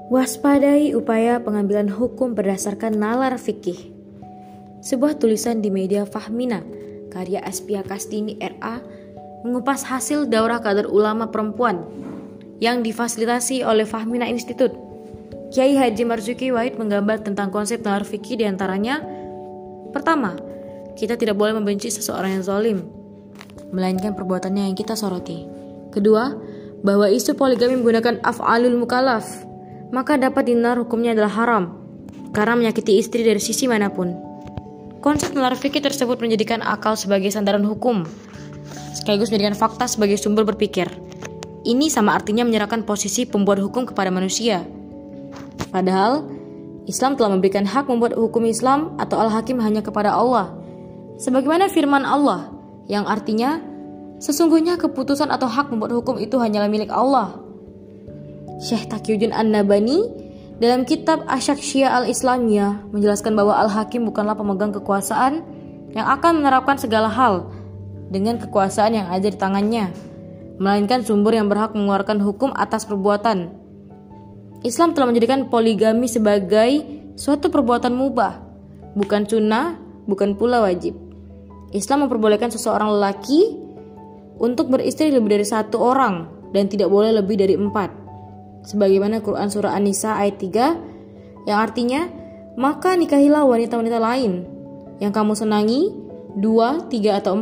Waspadai upaya pengambilan hukum berdasarkan nalar fikih. Sebuah tulisan di media Fahmina, karya Aspia Kastini RA, mengupas hasil daurah kader ulama perempuan yang difasilitasi oleh Fahmina Institute. Kiai Haji Marzuki Wahid menggambar tentang konsep nalar fikih, diantaranya: pertama, kita tidak boleh membenci seseorang yang zalim, melainkan perbuatannya yang kita soroti. Kedua, bahwa isu poligami menggunakan af'alul mukallaf, maka dapat dinar hukumnya adalah haram karena menyakiti istri dari sisi manapun. Konsep nalar fikih tersebut menjadikan akal sebagai sandaran hukum, sekaligus menjadikan fakta sebagai sumber berpikir. Ini sama artinya menyerahkan posisi pembuat hukum kepada manusia. Padahal Islam telah memberikan hak membuat hukum Islam atau al-hakim hanya kepada Allah, sebagaimana firman Allah yang artinya sesungguhnya keputusan atau hak membuat hukum itu hanyalah milik Allah. Syekh Taqiyuddin An-Nabhani dalam kitab Asy-Syakhsiyah Al-Islamiyah menjelaskan bahwa al-hakim bukanlah pemegang kekuasaan yang akan menerapkan segala hal dengan kekuasaan yang ada di tangannya, melainkan sumber yang berhak mengeluarkan hukum atas perbuatan. Islam telah menjadikan poligami sebagai suatu perbuatan mubah, bukan sunnah, bukan pula wajib. Islam memperbolehkan seseorang lelaki untuk beristri lebih dari satu orang dan tidak boleh lebih dari 4. Sebagaimana Quran Surah An-Nisa ayat 3 yang artinya, maka nikahilah wanita-wanita lain yang kamu senangi, 2, 3, atau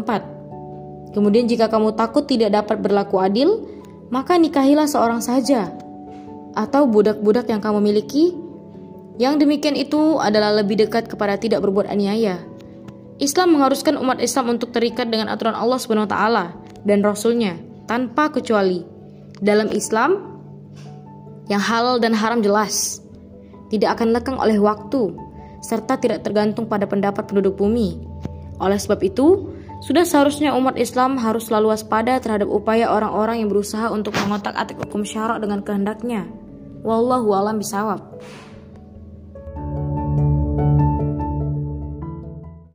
4. Kemudian jika kamu takut tidak dapat berlaku adil, maka nikahilah seorang saja atau budak-budak yang kamu miliki. Yang demikian itu adalah lebih dekat kepada tidak berbuat aniaya. Islam mengharuskan umat Islam untuk terikat dengan aturan Allah SWT dan Rasul-Nya tanpa kecuali. Dalam Islam, yang halal dan haram jelas, tidak akan lekang oleh waktu, serta tidak tergantung pada pendapat penduduk bumi. Oleh sebab itu, sudah seharusnya umat Islam harus selalu waspada terhadap upaya orang-orang yang berusaha untuk mengotak-atik hukum syarak dengan kehendaknya. Wallahu a'lam bishawab.